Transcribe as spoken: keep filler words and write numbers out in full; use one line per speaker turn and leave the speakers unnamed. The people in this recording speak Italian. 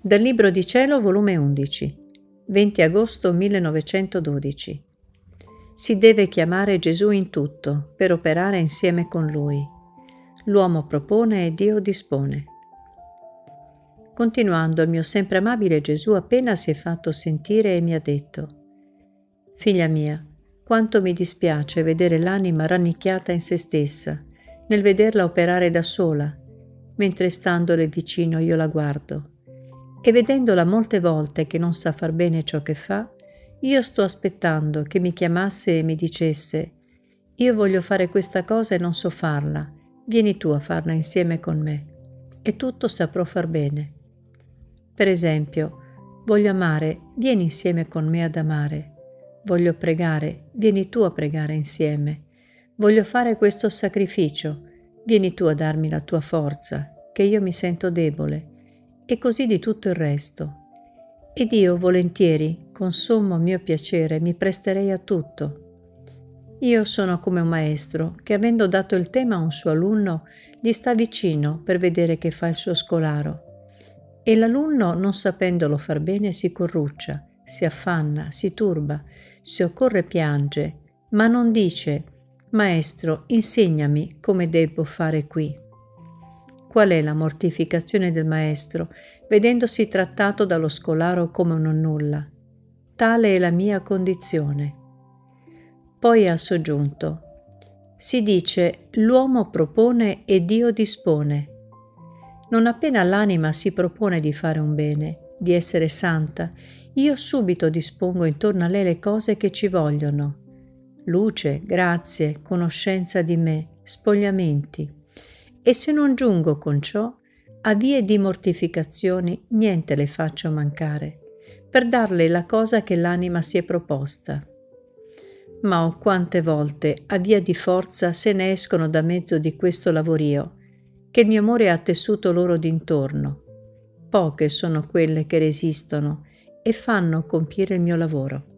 Dal Libro di Cielo, volume undici, venti agosto millenovecentododici. Si deve chiamare Gesù in tutto per operare insieme con Lui. L'uomo propone e Dio dispone. Continuando, il mio sempre amabile Gesù appena si è fatto sentire e mi ha detto: «Figlia mia, quanto mi dispiace vedere l'anima rannicchiata in se stessa, nel vederla operare da sola, mentre standole vicino io la guardo. E vedendola molte volte che non sa far bene ciò che fa, io sto aspettando che mi chiamasse e mi dicesse: io voglio fare questa cosa e non so farla, vieni tu a farla insieme con me, e tutto saprò far bene. Per esempio, voglio amare, vieni insieme con me ad amare. Voglio pregare, vieni tu a pregare insieme. Voglio fare questo sacrificio, vieni tu a darmi la tua forza, che io mi sento debole, e così di tutto il resto. Ed io volentieri, con sommo mio piacere, mi presterei a tutto. Io sono come un maestro che, avendo dato il tema a un suo alunno, gli sta vicino per vedere che fa il suo scolaro. E l'alunno, non sapendolo far bene, si corruccia, si affanna, si turba, se occorre piange, ma non dice: «Maestro, insegnami come debbo fare qui». Qual è la mortificazione del maestro, vedendosi trattato dallo scolaro come un nonnulla? Tale è la mia condizione. Poi ha soggiunto: si dice l'uomo propone e Dio dispone. Non appena l'anima si propone di fare un bene, di essere santa, io subito dispongo intorno a lei le cose che ci vogliono: luce, grazie, conoscenza di me, spogliamenti. E se non giungo con ciò, a vie di mortificazioni niente le faccio mancare, per darle la cosa che l'anima si è proposta. Ma oh, quante volte a via di forza se ne escono da mezzo di questo lavorio, che il mio amore ha tessuto loro d'intorno. Poche sono quelle che resistono e fanno compiere il mio lavoro.